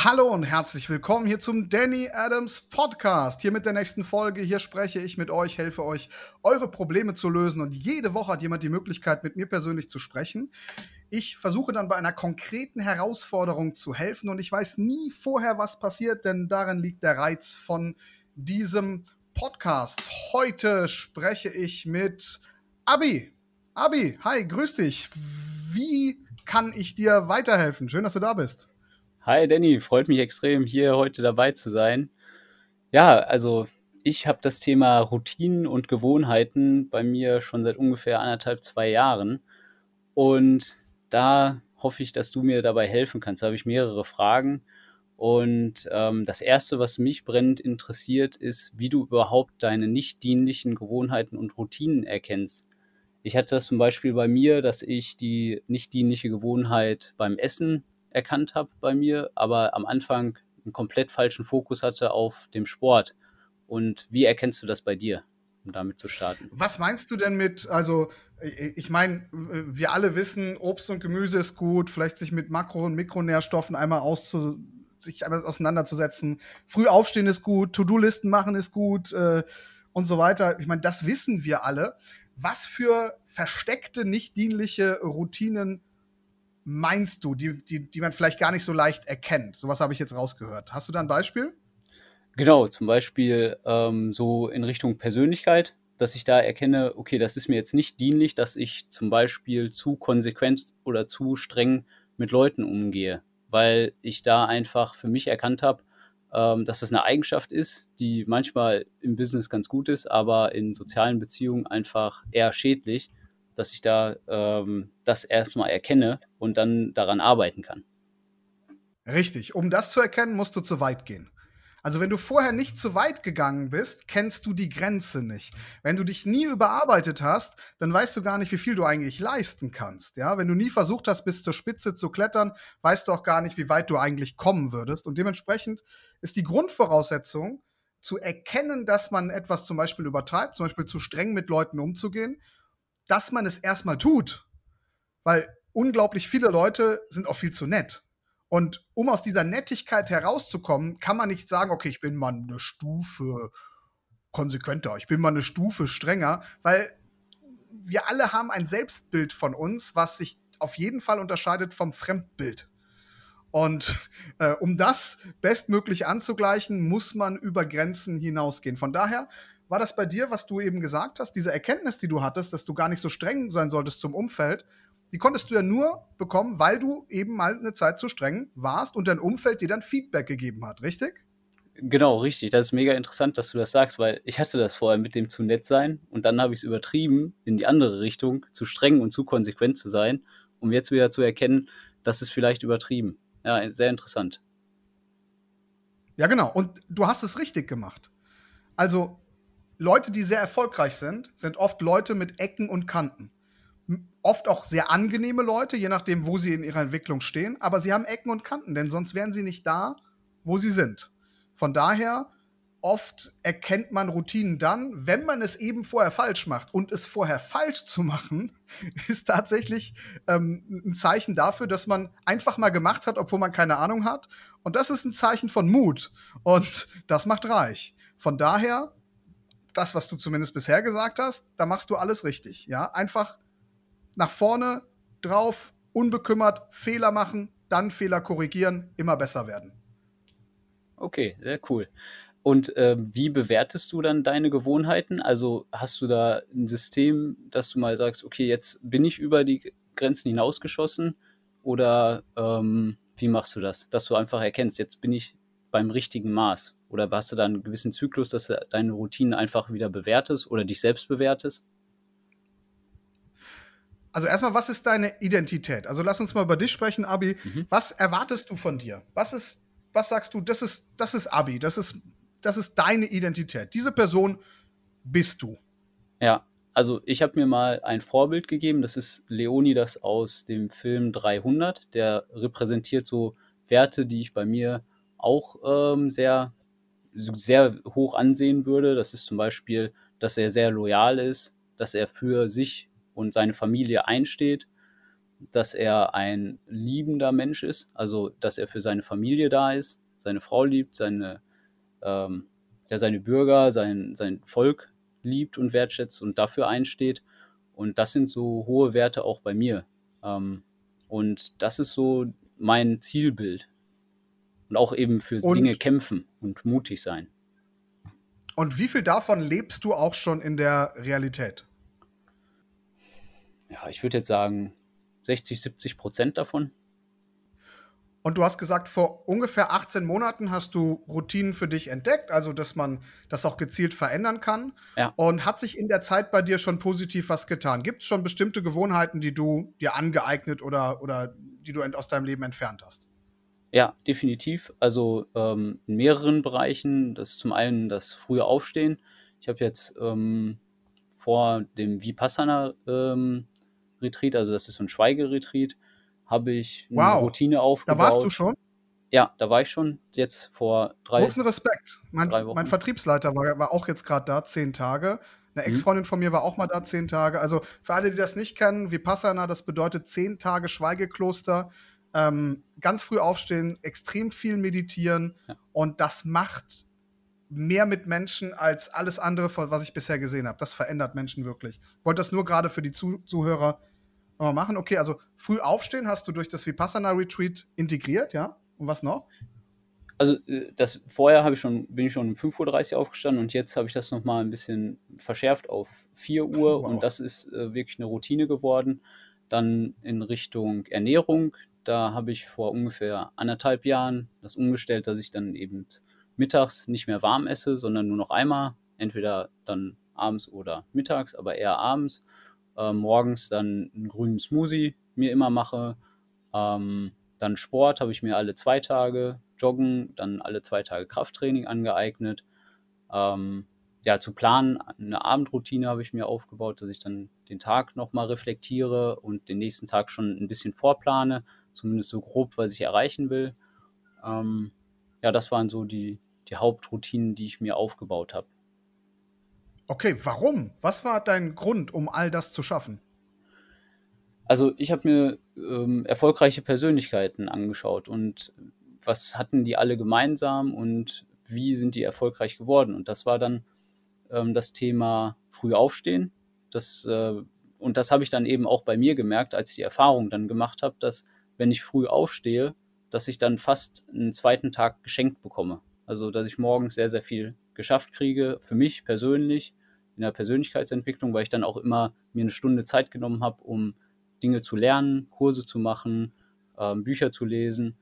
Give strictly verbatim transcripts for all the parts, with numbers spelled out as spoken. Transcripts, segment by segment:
Hallo und herzlich willkommen hier zum Danny Adams Podcast. Hier mit der nächsten Folge. Hier spreche ich mit euch, helfe euch, eure Probleme zu lösen. Und jede Woche hat jemand die Möglichkeit, mit mir persönlich zu sprechen. Ich versuche dann bei einer konkreten Herausforderung zu helfen. Und ich weiß nie vorher, was passiert, denn darin liegt der Reiz von diesem Podcast. Heute spreche ich mit Abi. Abi, hi, grüß dich. Wie kann ich dir weiterhelfen? Schön, dass du da bist. Hi Danny, freut mich extrem, hier heute dabei zu sein. Ja, also ich habe das Thema Routinen und Gewohnheiten bei mir schon seit ungefähr anderthalb, zwei Jahren. Und da hoffe ich, dass du mir dabei helfen kannst. Da habe ich mehrere Fragen. Und ähm, das Erste, was mich brennend interessiert, ist, wie du überhaupt deine nicht dienlichen Gewohnheiten und Routinen erkennst. Ich hatte das zum Beispiel bei mir, dass ich die nicht dienliche Gewohnheit beim Essen erkannt habe bei mir, aber am Anfang einen komplett falschen Fokus hatte auf dem Sport. Und wie erkennst du das bei dir, um damit zu starten? Was meinst du denn mit, also ich meine, wir alle wissen, Obst und Gemüse ist gut, vielleicht sich mit Makro- und Mikronährstoffen einmal auszu sich einmal auseinanderzusetzen. Früh aufstehen ist gut, To-Do-Listen machen ist gut äh, und so weiter. Ich meine, das wissen wir alle. Was für versteckte, nicht dienliche Routinen meinst du, die, die, die man vielleicht gar nicht so leicht erkennt? Sowas habe ich jetzt rausgehört. Hast du da ein Beispiel? Genau, zum Beispiel ähm, so in Richtung Persönlichkeit, dass ich da erkenne, okay, das ist mir jetzt nicht dienlich, dass ich zum Beispiel zu konsequent oder zu streng mit Leuten umgehe, weil ich da einfach für mich erkannt habe, ähm, dass das eine Eigenschaft ist, die manchmal im Business ganz gut ist, aber in sozialen Beziehungen einfach eher schädlich, dass ich da ähm, das erstmal erkenne und dann daran arbeiten kann. Richtig. Um das zu erkennen, musst du zu weit gehen. Also wenn du vorher nicht zu weit gegangen bist, kennst du die Grenze nicht. Wenn du dich nie überarbeitet hast, dann weißt du gar nicht, wie viel du eigentlich leisten kannst. Ja, wenn du nie versucht hast, bis zur Spitze zu klettern, weißt du auch gar nicht, wie weit du eigentlich kommen würdest. Und dementsprechend ist die Grundvoraussetzung, zu erkennen, dass man etwas zum Beispiel übertreibt, zum Beispiel zu streng mit Leuten umzugehen, dass man es erstmal tut. Weil unglaublich viele Leute sind auch viel zu nett. Und um aus dieser Nettigkeit herauszukommen, kann man nicht sagen, okay, ich bin mal eine Stufe konsequenter, ich bin mal eine Stufe strenger, weil wir alle haben ein Selbstbild von uns, was sich auf jeden Fall unterscheidet vom Fremdbild. Und äh, um das bestmöglich anzugleichen, muss man über Grenzen hinausgehen. Von daher war das bei dir, was du eben gesagt hast, diese Erkenntnis, die du hattest, dass du gar nicht so streng sein solltest zum Umfeld, die konntest du ja nur bekommen, weil du eben mal eine Zeit zu streng warst und dein Umfeld dir dann Feedback gegeben hat, richtig? Genau, richtig. Das ist mega interessant, dass du das sagst, weil ich hatte das vorher mit dem zu nett sein und dann habe ich es übertrieben in die andere Richtung, zu streng und zu konsequent zu sein, um jetzt wieder zu erkennen, das ist vielleicht übertrieben. Ja, sehr interessant. Ja, genau. Und du hast es richtig gemacht. Also Leute, die sehr erfolgreich sind, sind oft Leute mit Ecken und Kanten. Oft auch sehr angenehme Leute, je nachdem, wo sie in ihrer Entwicklung stehen. Aber sie haben Ecken und Kanten, denn sonst wären sie nicht da, wo sie sind. Von daher, oft erkennt man Routinen dann, wenn man es eben vorher falsch macht. Und es vorher falsch zu machen, ist tatsächlich ähm, ein Zeichen dafür, dass man einfach mal gemacht hat, obwohl man keine Ahnung hat. Und das ist ein Zeichen von Mut. Und das macht reich. Von daher, das, was du zumindest bisher gesagt hast, da machst du alles richtig. Ja, einfach nach vorne, drauf, unbekümmert, Fehler machen, dann Fehler korrigieren, immer besser werden. Okay, sehr cool. Und ähm, wie bewertest du dann deine Gewohnheiten? Also hast du da ein System, dass du mal sagst, okay, jetzt bin ich über die Grenzen hinausgeschossen? Oder ähm, wie machst du das? Dass du einfach erkennst, jetzt bin ich beim richtigen Maß. Oder hast du da einen gewissen Zyklus, dass du deine Routinen einfach wieder bewertest oder dich selbst bewertest? Also erstmal, was ist deine Identität? Also lass uns mal über dich sprechen, Abi. Mhm. Was erwartest du von dir? Was ist, was sagst du, das ist, das ist Abi, das ist, das ist deine Identität. Diese Person bist du. Ja, also ich habe mir mal ein Vorbild gegeben, das ist Leonidas aus dem Film dreihundert. Der repräsentiert so Werte, die ich bei mir auch ähm, sehr, sehr hoch ansehen würde. Das ist zum Beispiel, dass er sehr loyal ist, dass er für sich und seine Familie einsteht, dass er ein liebender Mensch ist, also dass er für seine Familie da ist, seine Frau liebt, seine, ähm, ja, seine Bürger, sein, sein Volk liebt und wertschätzt und dafür einsteht. Und das sind so hohe Werte auch bei mir. Ähm, und das ist so mein Zielbild. Und auch eben für Dinge Und, kämpfen und mutig sein. und wie viel davon lebst du auch schon in der Realität? Ja, ich würde jetzt sagen, sechzig, siebzig Prozent davon. Und du hast gesagt, vor ungefähr achtzehn Monaten hast du Routinen für dich entdeckt, also dass man das auch gezielt verändern kann. Ja, Und hat sich in der Zeit bei dir schon positiv was getan? Gibt es schon bestimmte Gewohnheiten, die du dir angeeignet oder, oder die du ent- aus deinem Leben entfernt hast? ja, definitiv. Also ähm, in mehreren Bereichen. Das ist zum einen das frühe Aufstehen. Ich habe jetzt ähm, vor dem Vipassana ähm, Retreat, also das ist so ein Schweigeretreat, habe ich eine Wow, Routine da warst du aufgebaut. schon? Ja, da war ich schon jetzt vor drei, Großen Respekt. Mein, drei mein Wochen. Vertriebsleiter war, war auch jetzt gerade da, zehn Tage. Eine Mhm. Ex-Freundin von mir war auch mal da, zehn Tage. Also für alle, die das nicht kennen, Vipassana, das bedeutet zehn Tage Schweigekloster. Ähm, ganz früh aufstehen, extrem viel meditieren Ja. und das macht mehr mit Menschen als alles andere, was ich bisher gesehen habe. Das verändert Menschen wirklich. Ich wollte das nur gerade für die Zu Zuhörer nochmal machen. Okay, also früh aufstehen hast du durch das Vipassana-Retreat integriert, ja? Und was noch? Also äh, das vorher habe ich schon, bin ich schon um fünf Uhr dreißig aufgestanden und jetzt habe ich das nochmal ein bisschen verschärft auf vier Uhr und Wow. das ist äh, wirklich eine Routine geworden. Dann in Richtung Ernährung, da habe ich vor ungefähr anderthalb Jahren das umgestellt, dass ich dann eben mittags nicht mehr warm esse, sondern nur noch einmal, entweder dann abends oder mittags, aber eher abends. Äh, morgens dann einen grünen Smoothie mir immer mache. Ähm, dann Sport habe ich mir alle zwei Tage, Joggen, dann alle zwei Tage Krafttraining angeeignet. Ähm, ja, zu planen, eine Abendroutine habe ich mir aufgebaut, dass ich dann den Tag nochmal reflektiere und den nächsten Tag schon ein bisschen vorplane, zumindest so grob, was ich erreichen will. Ähm, ja, das waren so die, die Hauptroutinen, die ich mir aufgebaut habe. Okay, warum? Was war dein Grund, um all das zu schaffen? Also ich habe mir ähm, erfolgreiche Persönlichkeiten angeschaut und was hatten die alle gemeinsam und wie sind die erfolgreich geworden? Und das war dann ähm, das Thema früh aufstehen. Das, äh, und das habe ich dann eben auch bei mir gemerkt, als ich die Erfahrung dann gemacht habe, dass wenn ich früh aufstehe, dass ich dann fast einen zweiten Tag geschenkt bekomme. Also dass ich morgens sehr, sehr viel geschafft kriege, für mich persönlich, in der Persönlichkeitsentwicklung, weil ich dann auch immer mir eine Stunde Zeit genommen habe, um Dinge zu lernen, Kurse zu machen, ähm, Bücher zu lesen.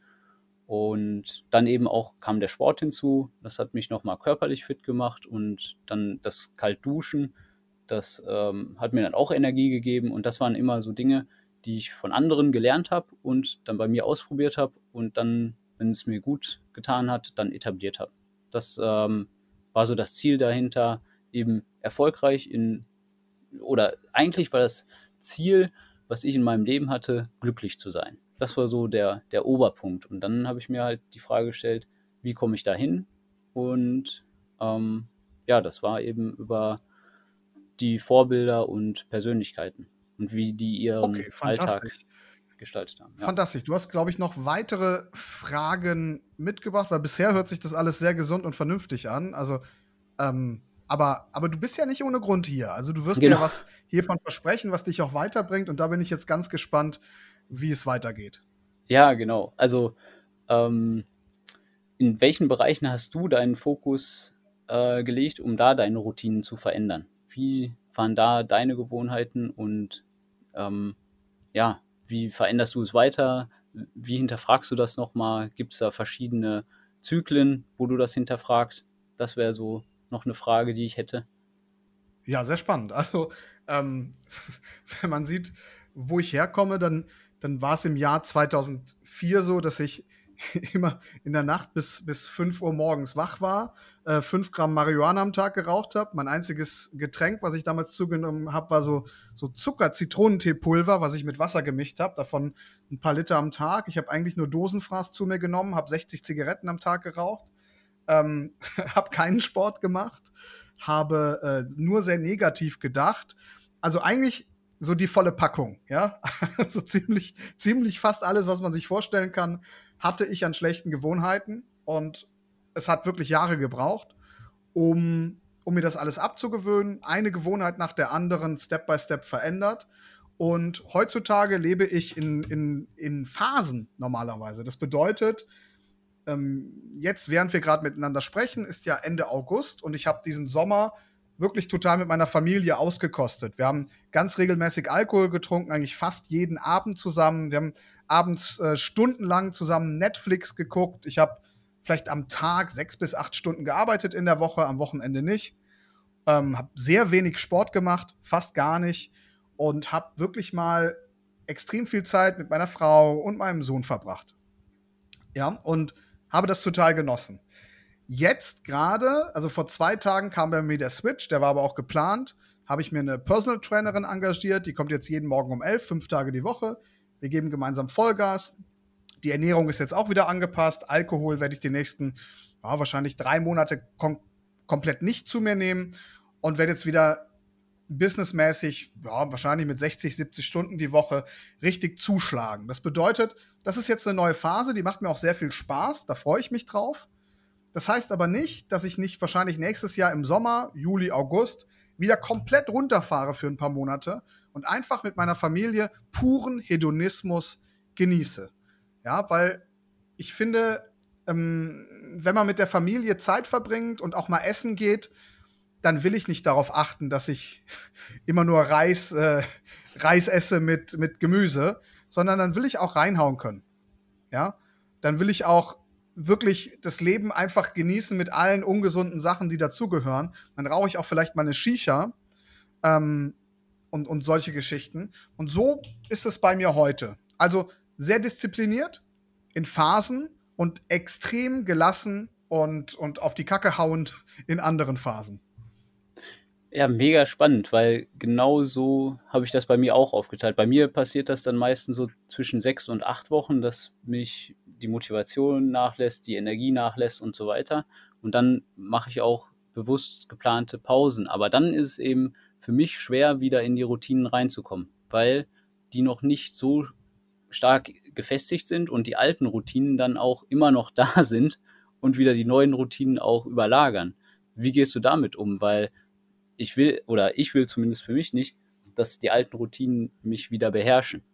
Und dann eben auch kam der Sport hinzu. Das hat mich nochmal körperlich fit gemacht und dann das Kaltduschen, das ähm, hat mir dann auch Energie gegeben. Und das waren immer so Dinge, die ich von anderen gelernt habe und dann bei mir ausprobiert habe und dann, wenn es mir gut getan hat, dann etabliert habe. Das ähm, war so das Ziel dahinter, eben erfolgreich in, oder eigentlich war das Ziel, was ich in meinem Leben hatte, glücklich zu sein. Das war so der, der Oberpunkt. Und dann habe ich mir halt die Frage gestellt, wie komme ich da hin? Und ähm, ja, das war eben über die Vorbilder und Persönlichkeiten und wie die ihren Okay, Alltag fantastisch. gestaltet haben. Ja, Fantastisch. Du hast, glaube ich, noch weitere Fragen mitgebracht, weil bisher hört sich das alles sehr gesund und vernünftig an. Also, ähm, aber, aber du bist ja nicht ohne Grund hier. Also du wirst dir ja genau. was hiervon versprechen, was dich auch weiterbringt. Und da bin ich jetzt ganz gespannt, wie es weitergeht. Ja, genau. Also ähm, in welchen Bereichen hast du deinen Fokus äh, gelegt, um da deine Routinen zu verändern? Wie waren da deine Gewohnheiten und ähm, ja, wie veränderst du es weiter? Wie hinterfragst du das nochmal? Gibt es da verschiedene Zyklen, wo du das hinterfragst? Das wäre so noch eine Frage, die ich hätte. Ja, sehr spannend. Also, ähm, wenn man sieht, wo ich herkomme, dann, dann war es im Jahr zweitausendvier so, dass ich immer in der Nacht bis, bis fünf Uhr morgens wach war, äh, fünf Gramm Marihuana am Tag geraucht habe. Mein einziges Getränk, was ich damals zugenommen habe, war so, so Zucker-Zitronenteepulver, was ich mit Wasser gemischt habe. Davon ein paar Liter am Tag. Ich habe eigentlich nur Dosenfraß zu mir genommen, habe sechzig Zigaretten am Tag geraucht, ähm, habe keinen Sport gemacht, habe äh, nur sehr negativ gedacht. Also eigentlich so die volle Packung, ja. So ziemlich, ziemlich fast alles, was man sich vorstellen kann, hatte ich an schlechten Gewohnheiten. Und es hat wirklich Jahre gebraucht, um, um mir das alles abzugewöhnen. Eine Gewohnheit nach der anderen, Step by Step verändert. Und heutzutage lebe ich in, in, in Phasen normalerweise. Das bedeutet, ähm, jetzt, während wir gerade miteinander sprechen, ist ja Ende August und ich habe diesen Sommer wirklich total mit meiner Familie ausgekostet. Wir haben ganz regelmäßig Alkohol getrunken, eigentlich fast jeden Abend zusammen. Wir haben abends äh, stundenlang zusammen Netflix geguckt. Ich habe vielleicht am Tag sechs bis acht Stunden gearbeitet in der Woche, am Wochenende nicht. Ähm, habe sehr wenig Sport gemacht, fast gar nicht. Und habe wirklich mal extrem viel Zeit mit meiner Frau und meinem Sohn verbracht. Ja, und habe das total genossen. Jetzt gerade, also vor zwei Tagen kam bei mir der Switch, der war aber auch geplant, habe ich mir eine Personal Trainerin engagiert, die kommt jetzt jeden Morgen um elf, fünf Tage die Woche. Wir geben gemeinsam Vollgas. Die Ernährung ist jetzt auch wieder angepasst. Alkohol werde ich die nächsten, ja, wahrscheinlich drei Monate kom komplett nicht zu mir nehmen und werde jetzt wieder businessmäßig, ja, wahrscheinlich mit sechzig, siebzig Stunden die Woche richtig zuschlagen. Das bedeutet, das ist jetzt eine neue Phase, die macht mir auch sehr viel Spaß, da freue ich mich drauf. Das heißt aber nicht, dass ich nicht wahrscheinlich nächstes Jahr im Sommer, Juli, August, wieder komplett runterfahre für ein paar Monate und einfach mit meiner Familie puren Hedonismus genieße. Ja, weil ich finde, ähm, wenn man mit der Familie Zeit verbringt und auch mal essen geht, dann will ich nicht darauf achten, dass ich immer nur Reis, äh, Reis esse mit, mit Gemüse, sondern dann will ich auch reinhauen können. Ja, dann will ich auch wirklich das Leben einfach genießen mit allen ungesunden Sachen, die dazugehören. Dann rauche ich auch vielleicht mal eine Shisha ähm, und, und solche Geschichten. Und so ist es bei mir heute. Also sehr diszipliniert, in Phasen und extrem gelassen und, und auf die Kacke hauend in anderen Phasen. Ja, mega spannend, weil genau so habe ich das bei mir auch aufgeteilt. Bei mir passiert das dann meistens so zwischen sechs und acht Wochen, dass mich die Motivation nachlässt, die Energie nachlässt und so weiter. Und dann mache ich auch bewusst geplante Pausen. Aber dann ist es eben für mich schwer, wieder in die Routinen reinzukommen, weil die noch nicht so stark gefestigt sind und die alten Routinen dann auch immer noch da sind und wieder die neuen Routinen auch überlagern. Wie gehst du damit um? Weil ich will, oder ich will zumindest für mich nicht, dass die alten Routinen mich wieder beherrschen.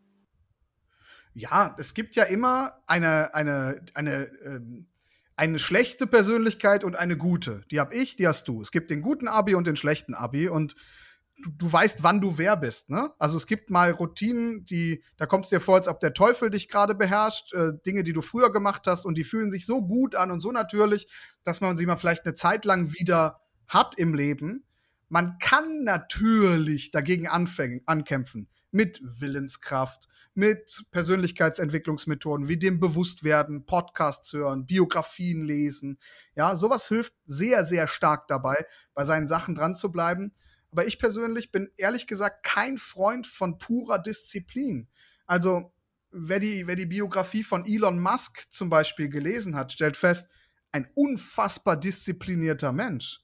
Ja, es gibt ja immer eine, eine, eine, ähm, eine schlechte Persönlichkeit und eine gute. Die habe ich, die hast du. Es gibt den guten Abi und den schlechten Abi und du, du weißt, wann du wer bist, ne? Also es gibt mal Routinen, die, da kommt es dir vor, als ob der Teufel dich gerade beherrscht, äh, Dinge, die du früher gemacht hast und die fühlen sich so gut an und so natürlich, dass man sie mal vielleicht eine Zeit lang wieder hat im Leben. Man kann natürlich dagegen anfängen, ankämpfen mit Willenskraft, mit Persönlichkeitsentwicklungsmethoden wie dem Bewusstwerden, Podcasts hören, Biografien lesen. Ja, sowas hilft sehr, sehr stark dabei, bei seinen Sachen dran zu bleiben. Aber ich persönlich bin ehrlich gesagt kein Freund von purer Disziplin. Also, wer die, wer die Biografie von Elon Musk zum Beispiel gelesen hat, stellt fest, ein unfassbar disziplinierter Mensch.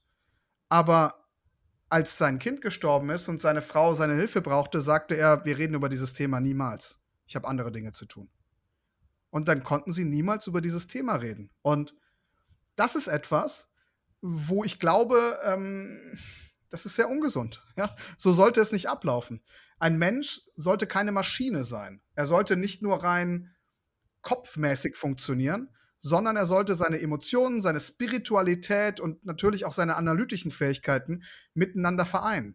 Aber als sein Kind gestorben ist und seine Frau seine Hilfe brauchte, sagte er, wir reden über dieses Thema niemals. Ich habe andere Dinge zu tun. Und dann konnten sie niemals über dieses Thema reden. Und das ist etwas, wo ich glaube, ähm, das ist sehr ungesund. Ja? So sollte es nicht ablaufen. Ein Mensch sollte keine Maschine sein. Er sollte nicht nur rein kopfmäßig funktionieren, sondern er sollte seine Emotionen, seine Spiritualität und natürlich auch seine analytischen Fähigkeiten miteinander vereinen.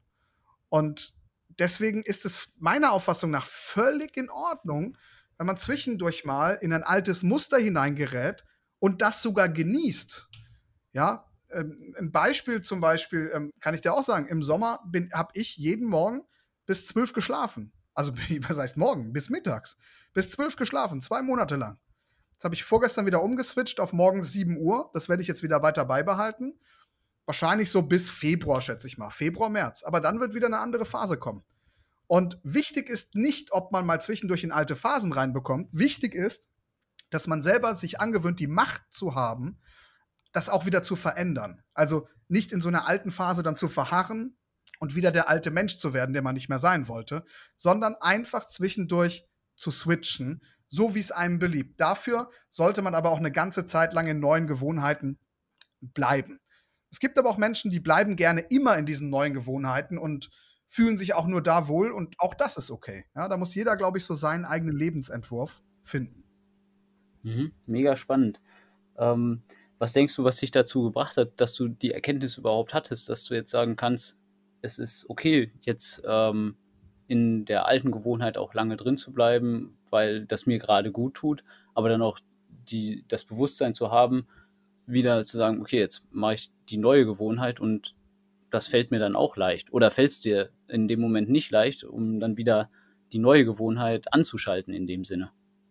Und deswegen ist es meiner Auffassung nach völlig in Ordnung, wenn man zwischendurch mal in ein altes Muster hineingerät und das sogar genießt. Ja, ähm, ein Beispiel zum Beispiel ähm, kann ich dir auch sagen, im Sommer habe ich jeden Morgen bis zwölf geschlafen. Also, was heißt morgen? Bis mittags. Bis zwölf geschlafen, zwei Monate lang. Das habe ich vorgestern wieder umgeswitcht auf morgens sieben Uhr. Das werde ich jetzt wieder weiter beibehalten. Wahrscheinlich so bis Februar, schätze ich mal. Februar, März. Aber dann wird wieder eine andere Phase kommen. Und wichtig ist nicht, ob man mal zwischendurch in alte Phasen reinbekommt. Wichtig ist, dass man selber sich angewöhnt, die Macht zu haben, das auch wieder zu verändern. Also nicht in so einer alten Phase dann zu verharren und wieder der alte Mensch zu werden, der man nicht mehr sein wollte, sondern einfach zwischendurch zu switchen, so wie es einem beliebt. Dafür sollte man aber auch eine ganze Zeit lang in neuen Gewohnheiten bleiben. Es gibt aber auch Menschen, die bleiben gerne immer in diesen neuen Gewohnheiten und fühlen sich auch nur da wohl, und auch das ist okay. Ja, da muss jeder, glaube ich, so seinen eigenen Lebensentwurf finden. Mhm. Mega spannend. Ähm, was denkst du, was dich dazu gebracht hat, dass du die Erkenntnis überhaupt hattest, dass du jetzt sagen kannst, es ist okay, jetzt ähm, in der alten Gewohnheit auch lange drin zu bleiben, weil das mir gerade gut tut, aber dann auch die, das Bewusstsein zu haben, wieder zu sagen, okay, jetzt mache ich die neue Gewohnheit und das fällt mir dann auch leicht. Oder fällt es dir in dem Moment nicht leicht, um dann wieder die neue Gewohnheit anzuschalten in dem Sinne?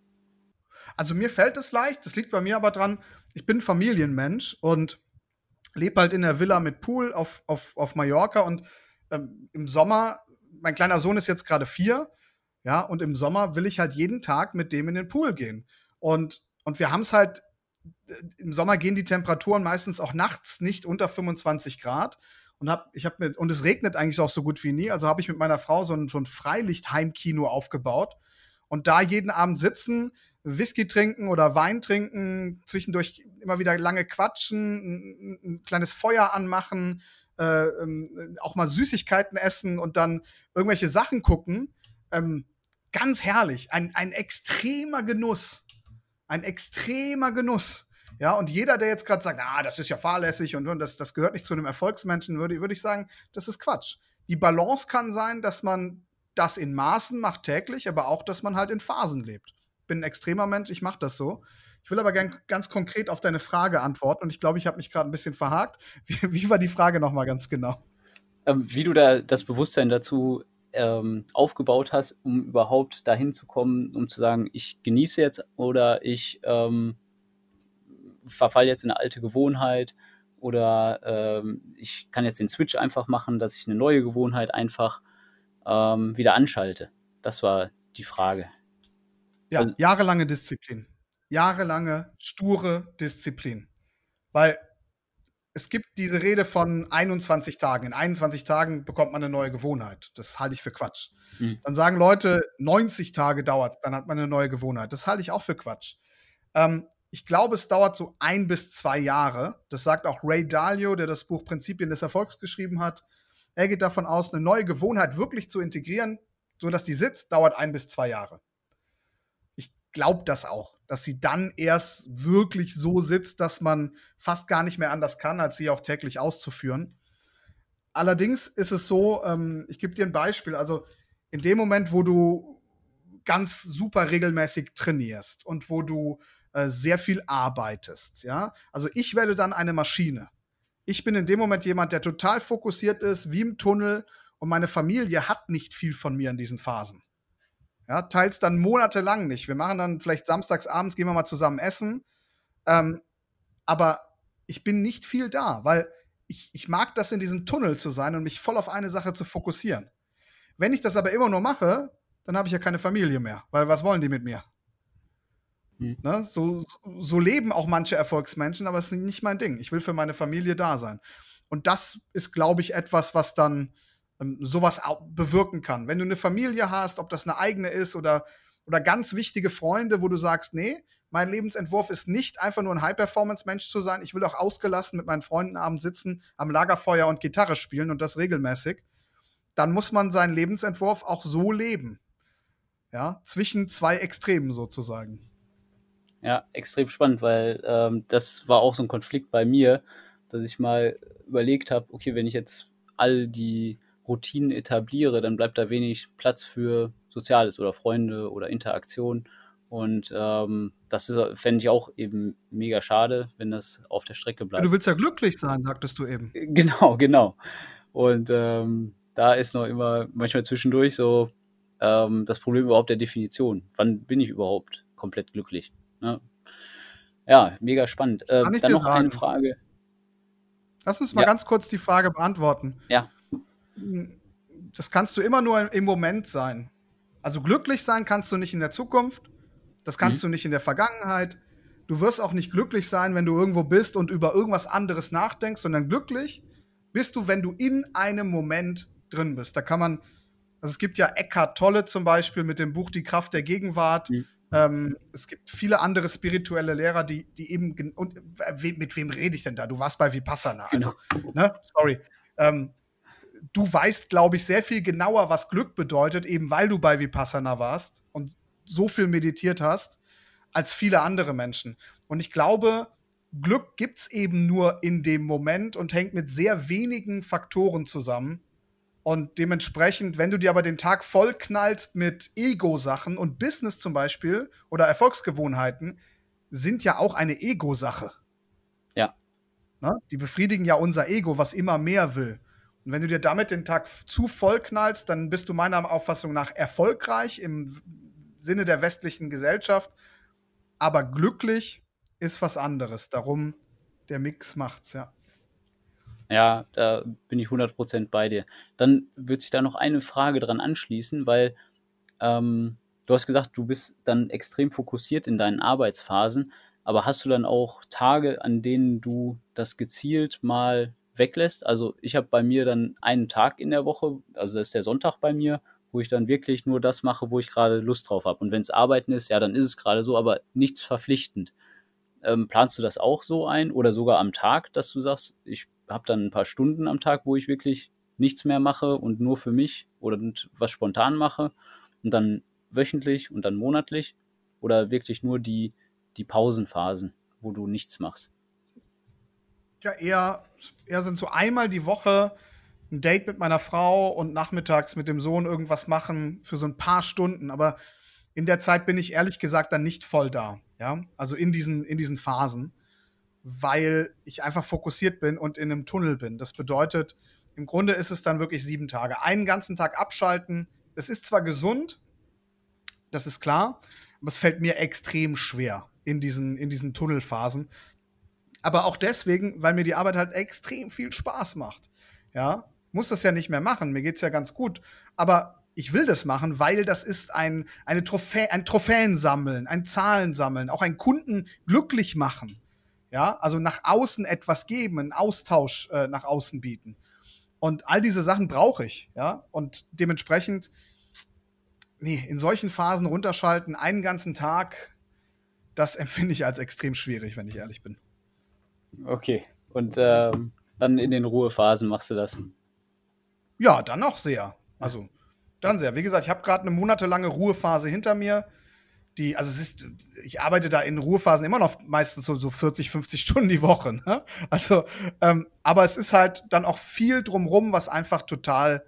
Also mir fällt es leicht, das liegt bei mir aber dran, ich bin Familienmensch und lebe halt in der Villa mit Pool auf, auf, auf Mallorca, und ähm, im Sommer, mein kleiner Sohn ist jetzt gerade vier, ja, und im Sommer will ich halt jeden Tag mit dem in den Pool gehen. Und, und wir haben es halt, äh, im Sommer gehen die Temperaturen meistens auch nachts nicht unter fünfundzwanzig Grad. Und, hab, ich hab mit, und es regnet eigentlich auch so gut wie nie, also habe ich mit meiner Frau so ein, so ein Freilichtheimkino aufgebaut und da jeden Abend sitzen, Whisky trinken oder Wein trinken, zwischendurch immer wieder lange quatschen, ein, ein kleines Feuer anmachen, äh, ähm, auch mal Süßigkeiten essen und dann irgendwelche Sachen gucken. Ähm, ganz herrlich. Ein, ein extremer Genuss. Ein extremer Genuss. Ja, und jeder, der jetzt gerade sagt, ah, das ist ja fahrlässig und, und das, das gehört nicht zu einem Erfolgsmenschen, würde, würde ich sagen, das ist Quatsch. Die Balance kann sein, dass man das in Maßen macht täglich, aber auch, dass man halt in Phasen lebt. Ich bin ein extremer Mensch, ich mache das so. Ich will aber gern ganz konkret auf deine Frage antworten, und ich glaube, ich habe mich gerade ein bisschen verhakt. Wie, wie war die Frage nochmal ganz genau? Ähm, wie du da das Bewusstsein dazu ähm, aufgebaut hast, um überhaupt dahin zu kommen, um zu sagen, ich genieße jetzt oder ich ähm, verfalle jetzt in eine alte Gewohnheit oder ähm, ich kann jetzt den Switch einfach machen, dass ich eine neue Gewohnheit einfach ähm, wieder anschalte. Das war die Frage. Ja, Also, jahrelange Disziplin. Jahrelange sture Disziplin. Weil es gibt diese Rede von einundzwanzig Tagen. In einundzwanzig Tagen bekommt man eine neue Gewohnheit. Das halte ich für Quatsch. mh, Dann sagen Leute, neunzig Tage dauert, dann hat man eine neue Gewohnheit. Das halte ich auch für Quatsch. Ähm, ich glaube, es dauert so ein bis zwei Jahre. Das sagt auch Ray Dalio, der das Buch Prinzipien des Erfolgs geschrieben hat. Er geht davon aus, eine neue Gewohnheit wirklich zu integrieren, sodass die sitzt, dauert ein bis zwei Jahre. Ich glaube das auch, dass sie dann erst wirklich so sitzt, dass man fast gar nicht mehr anders kann, als sie auch täglich auszuführen. Allerdings ist es so, ähm, ich gebe dir ein Beispiel. Also in dem Moment, wo du ganz super regelmäßig trainierst und wo du äh, sehr viel arbeitest, ja, also ich werde dann eine Maschine. Ich bin in dem Moment jemand, der total fokussiert ist, wie im Tunnel, und meine Familie hat nicht viel von mir in diesen Phasen. Ja, teils dann monatelang nicht. Wir machen dann vielleicht samstags abends, gehen wir mal zusammen essen. Ähm, aber ich bin nicht viel da, weil ich, ich mag das, in diesem Tunnel zu sein und mich voll auf eine Sache zu fokussieren. Wenn ich das aber immer nur mache, dann habe ich ja keine Familie mehr, weil was wollen die mit mir? mh. Ne? So, so leben auch manche Erfolgsmenschen, aber es ist nicht mein Ding. Ich will für meine Familie da sein. Und das ist, glaube ich, etwas, was dann ähm, sowas bewirken kann. Wenn du eine Familie hast, ob das eine eigene ist oder, oder ganz wichtige Freunde, wo du sagst, nee, mein Lebensentwurf ist nicht einfach nur ein High-Performance-Mensch zu sein. Ich will auch ausgelassen mit meinen Freunden abends sitzen, am Lagerfeuer und Gitarre spielen, und das regelmäßig. Dann muss man seinen Lebensentwurf auch so leben. Ja, zwischen zwei Extremen sozusagen. Ja, extrem spannend, weil ähm, das war auch so ein Konflikt bei mir, dass ich mal überlegt habe, okay, wenn ich jetzt all die Routinen etabliere, dann bleibt da wenig Platz für Soziales oder Freunde oder Interaktion. Und ähm, das fände ich auch eben mega schade, wenn das auf der Strecke Ja, du bleibt. willst ja glücklich sein, sagtest du eben. Genau, genau. Und ähm, da ist noch immer manchmal zwischendurch so ähm, das Problem überhaupt der Definition. Wann bin ich überhaupt komplett glücklich? Ne? Ja, mega spannend. Äh, Kann ich dann dir noch eine sagen. Frage. Lass uns mal Ja, ganz kurz die Frage beantworten. ja. Das kannst du immer nur im Moment sein. Also glücklich sein kannst du nicht in der Zukunft. Das Mhm. kannst du nicht in der Vergangenheit. Du wirst auch nicht glücklich sein, wenn du irgendwo bist und über irgendwas anderes nachdenkst, sondern glücklich bist du, wenn du in einem Moment drin bist. Da kann man, also es gibt ja Eckhart Tolle zum Beispiel mit dem Buch Die Kraft der Gegenwart. Mhm. Ähm, es gibt viele andere spirituelle Lehrer, die, die eben, und we, mit wem rede ich denn da? Du warst bei Vipassana, also, Genau. ne, sorry. Ähm, du weißt, glaube ich, sehr viel genauer, was Glück bedeutet, eben weil du bei Vipassana warst und so viel meditiert hast, als viele andere Menschen. Und ich glaube, Glück gibt es eben nur in dem Moment und hängt mit sehr wenigen Faktoren zusammen. Und dementsprechend, wenn du dir aber den Tag vollknallst mit Ego-Sachen und Business zum Beispiel oder Erfolgsgewohnheiten, sind ja auch eine Ego-Sache. Ja. Ne? Die befriedigen ja unser Ego, was immer mehr will. Und wenn du dir damit den Tag zu voll knallst, dann bist du meiner Auffassung nach erfolgreich im Sinne der westlichen Gesellschaft, aber glücklich ist was anderes. Darum, der Mix macht's, ja. Ja, da bin ich hundert Prozent bei dir. Dann wird sich da noch eine Frage dran anschließen, weil ähm, du hast gesagt, du bist dann extrem fokussiert in deinen Arbeitsphasen, aber hast du dann auch Tage, an denen du das gezielt mal weglässt? Also ich habe bei mir dann einen Tag in der Woche, also das ist der Sonntag bei mir, wo ich dann wirklich nur das mache, wo ich gerade Lust drauf habe. Und wenn es Arbeiten ist, ja, dann ist es gerade so, aber nichts verpflichtend. Ähm, planst du das auch so ein oder sogar am Tag, dass du sagst, ich habe dann ein paar Stunden am Tag, wo ich wirklich nichts mehr mache und nur für mich oder was spontan mache und dann wöchentlich und dann monatlich oder wirklich nur die, die Pausenphasen, wo du nichts machst? Ja, eher, eher sind so einmal die Woche ein Date mit meiner Frau und nachmittags mit dem Sohn irgendwas machen für so ein paar Stunden. Aber in der Zeit bin ich ehrlich gesagt dann nicht voll da. Ja, also in diesen, in diesen Phasen, weil ich einfach fokussiert bin und in einem Tunnel bin. Das bedeutet, im Grunde ist es dann wirklich sieben Tage. Einen ganzen Tag abschalten. Es ist zwar gesund, das ist klar, aber es fällt mir extrem schwer in diesen, in diesen Tunnelphasen. Aber auch deswegen, weil mir die Arbeit halt extrem viel Spaß macht. Ja, muss das ja nicht mehr machen, mir geht's ja ganz gut. Aber ich will das machen, weil das ist ein, eine Trophä ein Trophäen sammeln, ein Zahlen sammeln, auch einen Kunden glücklich machen. Ja, also nach außen etwas geben, einen Austausch äh, nach außen bieten. Und all diese Sachen brauche ich. Ja, und dementsprechend, nee, in solchen Phasen runterschalten, einen ganzen Tag, das empfinde ich als extrem schwierig, wenn ich ehrlich bin. Okay. Und ähm, dann in den Ruhephasen machst du das. Ja, dann auch sehr. Also, dann sehr. Wie gesagt, ich habe gerade eine monatelange Ruhephase hinter mir. Die, also es ist, ich arbeite da in Ruhephasen immer noch meistens so, so vierzig, fünfzig Stunden die Woche. Ne? Also, ähm, aber es ist halt dann auch viel drumrum, was einfach total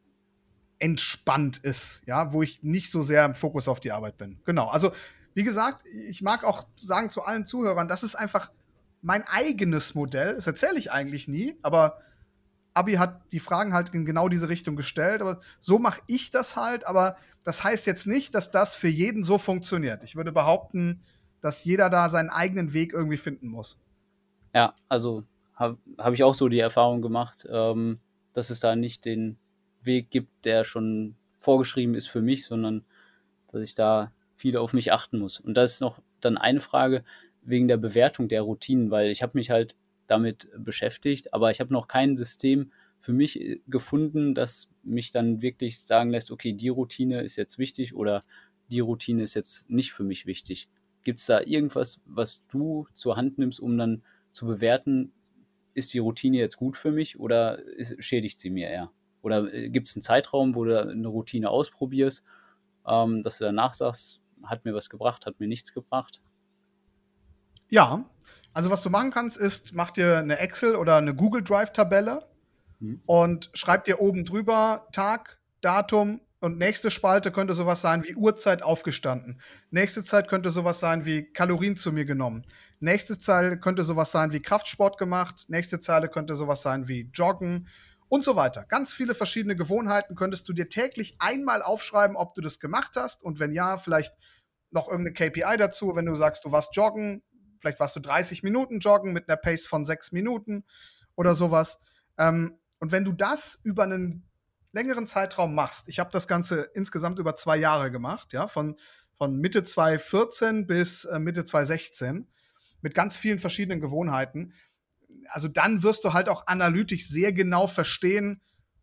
entspannt ist, ja, wo ich nicht so sehr im Fokus auf die Arbeit bin. Genau. Also, wie gesagt, ich mag auch sagen zu allen Zuhörern, das ist einfach mein eigenes Modell. Das erzähle ich eigentlich nie, aber Abi hat die Fragen halt in genau diese Richtung gestellt. Aber so mache ich das halt. Aber das heißt jetzt nicht, dass das für jeden so funktioniert. Ich würde behaupten, dass jeder da seinen eigenen Weg irgendwie finden muss. Ja, also habe hab ich auch so die Erfahrung gemacht, ähm, dass es da nicht den Weg gibt, der schon vorgeschrieben ist für mich, sondern dass ich da viel auf mich achten muss. Und da ist noch dann eine Frage wegen der Bewertung der Routinen, weil ich habe mich halt damit beschäftigt, aber ich habe noch kein System für mich äh, gefunden, das mich dann wirklich sagen lässt, okay, die Routine ist jetzt wichtig oder die Routine ist jetzt nicht für mich wichtig. Gibt es da irgendwas, was du zur Hand nimmst, um dann zu bewerten, ist die Routine jetzt gut für mich oder ist, schädigt sie mir eher? Oder äh, gibt es einen Zeitraum, wo du eine Routine ausprobierst, ähm, dass du danach sagst, hat mir was gebracht, hat mir nichts gebracht? Ja, also was du machen kannst, ist, mach dir eine Excel oder eine Google Drive-Tabelle Hm? und schreib dir oben drüber Tag, Datum und nächste Spalte könnte sowas sein wie Uhrzeit aufgestanden. Nächste Zeit könnte sowas sein wie Kalorien zu mir genommen. Nächste Zeile könnte sowas sein wie Kraftsport gemacht. Nächste Zeile könnte sowas sein wie Joggen und so weiter. Ganz viele verschiedene Gewohnheiten könntest du dir täglich einmal aufschreiben, ob du das gemacht hast und wenn ja, vielleicht noch irgendeine K P I dazu, wenn du sagst, du warst joggen, vielleicht warst du dreißig Minuten joggen mit einer Pace von sechs Minuten oder sowas. Ähm, und wenn du das über einen längeren Zeitraum machst, ich habe das Ganze insgesamt über zwei Jahre gemacht, ja, von, von Mitte zwanzig vierzehn bis äh, Mitte zwanzig sechzehn, mit ganz vielen verschiedenen Gewohnheiten. Also dann wirst du halt auch analytisch sehr genau verstehen,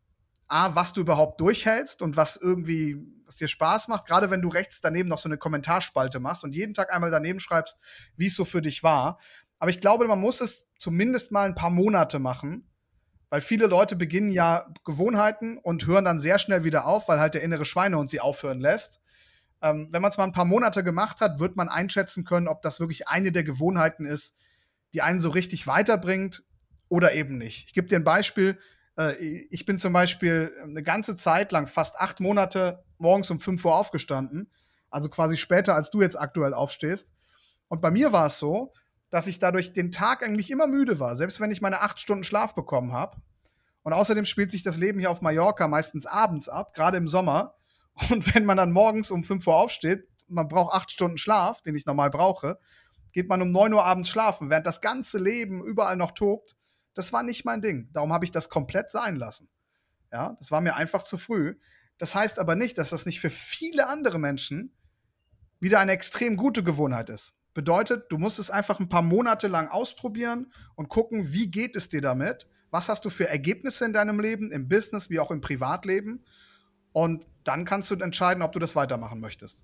A, was du überhaupt durchhältst und was irgendwie, was dir Spaß macht, gerade wenn du rechts daneben noch so eine Kommentarspalte machst und jeden Tag einmal daneben schreibst, wie es so für dich war. Aber ich glaube, man muss es zumindest mal ein paar Monate machen, weil viele Leute beginnen ja Gewohnheiten und hören dann sehr schnell wieder auf, weil halt der innere Schweinehund sie aufhören lässt. Ähm, wenn man es mal ein paar Monate gemacht hat, wird man einschätzen können, ob das wirklich eine der Gewohnheiten ist, die einen so richtig weiterbringt oder eben nicht. Ich gebe dir ein Beispiel. Äh, ich bin zum Beispiel eine ganze Zeit lang, fast acht Monate, morgens um fünf Uhr aufgestanden. Also quasi später, als du jetzt aktuell aufstehst. Und bei mir war es so, dass ich dadurch den Tag eigentlich immer müde war, selbst wenn ich meine acht Stunden Schlaf bekommen habe. Und außerdem spielt sich das Leben hier auf Mallorca meistens abends ab, gerade im Sommer. Und wenn man dann morgens um fünf Uhr aufsteht, man braucht acht Stunden Schlaf, den ich normal brauche, geht man um neun Uhr abends schlafen, während das ganze Leben überall noch tobt. Das war nicht mein Ding. Darum habe ich das komplett sein lassen. Ja, das war mir einfach zu früh. Das heißt aber nicht, dass das nicht für viele andere Menschen wieder eine extrem gute Gewohnheit ist. Bedeutet, du musst es einfach ein paar Monate lang ausprobieren und gucken, wie geht es dir damit? Was hast du für Ergebnisse in deinem Leben, im Business wie auch im Privatleben? Und dann kannst du entscheiden, ob du das weitermachen möchtest.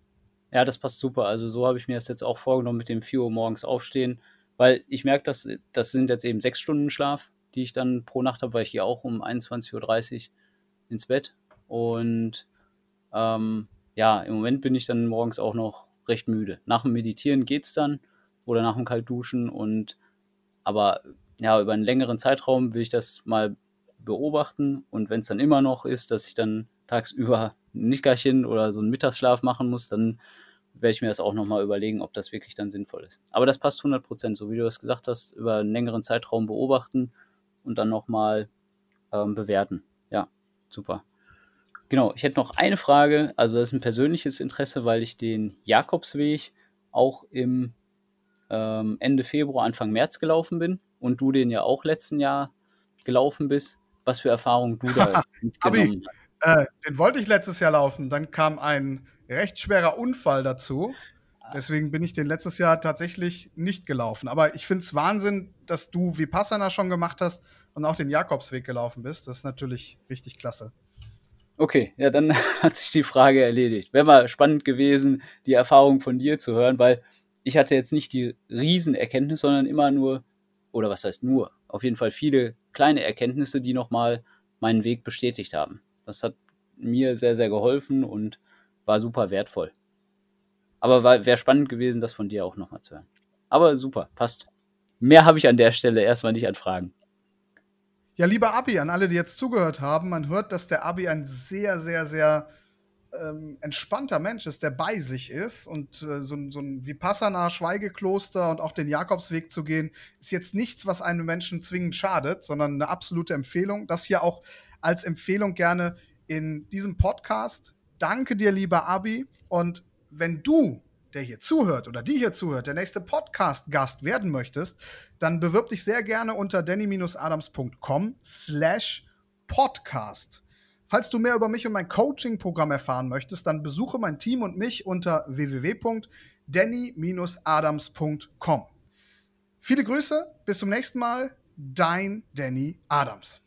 Ja, das passt super. Also so habe ich mir das jetzt auch vorgenommen mit dem vier Uhr morgens aufstehen, weil ich merke, dass das sind jetzt eben sechs Stunden Schlaf, die ich dann pro Nacht habe, weil ich gehe auch um einundzwanzig Uhr dreißig ins Bett. Und ähm, ja, im Moment bin ich dann morgens auch noch recht müde. Nach dem Meditieren geht's dann oder nach dem Kaltduschen und aber ja, über einen längeren Zeitraum will ich das mal beobachten und wenn es dann immer noch ist, dass ich dann tagsüber ein Nickerchen oder so einen Mittagsschlaf machen muss, dann werde ich mir das auch nochmal überlegen, ob das wirklich dann sinnvoll ist. Aber das passt hundert Prozent, so wie du das gesagt hast, über einen längeren Zeitraum beobachten und dann nochmal ähm, bewerten. Ja, super. Genau, ich hätte noch eine Frage, also das ist ein persönliches Interesse, weil ich den Jakobsweg auch im ähm, Ende Februar, Anfang März gelaufen bin und du den ja auch letzten Jahr gelaufen bist. Was für Erfahrungen du da Abi, mitgenommen hast. äh, den wollte ich letztes Jahr laufen. Dann kam ein recht schwerer Unfall dazu. Deswegen bin ich den letztes Jahr tatsächlich nicht gelaufen. Aber ich finde es Wahnsinn, dass du Vipassana schon gemacht hast und auch den Jakobsweg gelaufen bist. Das ist natürlich richtig klasse. Okay, ja, dann hat sich die Frage erledigt. Wäre mal spannend gewesen, die Erfahrung von dir zu hören, weil ich hatte jetzt nicht die Riesenerkenntnis, sondern immer nur, oder was heißt nur, auf jeden Fall viele kleine Erkenntnisse, die nochmal meinen Weg bestätigt haben. Das hat mir sehr, sehr geholfen und war super wertvoll. Aber wäre spannend gewesen, das von dir auch nochmal zu hören. Aber super, passt. Mehr habe ich an der Stelle erstmal nicht an Fragen. Ja, lieber Abi, an alle, die jetzt zugehört haben, man hört, dass der Abi ein sehr, sehr, sehr ähm, entspannter Mensch ist, der bei sich ist. Und äh, so, so ein Vipassana-Schweigekloster und auch den Jakobsweg zu gehen, ist jetzt nichts, was einem Menschen zwingend schadet, sondern eine absolute Empfehlung. Das hier auch als Empfehlung gerne in diesem Podcast. Danke dir, lieber Abi. Und wenn du, der hier zuhört oder die hier zuhört, der nächste Podcast-Gast werden möchtest, dann bewirb dich sehr gerne unter danny-adams.com slash podcast. Falls du mehr über mich und mein Coaching-Programm erfahren möchtest, dann besuche mein Team und mich unter w w w punkt danny adams punkt com. Viele Grüße, bis zum nächsten Mal, dein Danny Adams.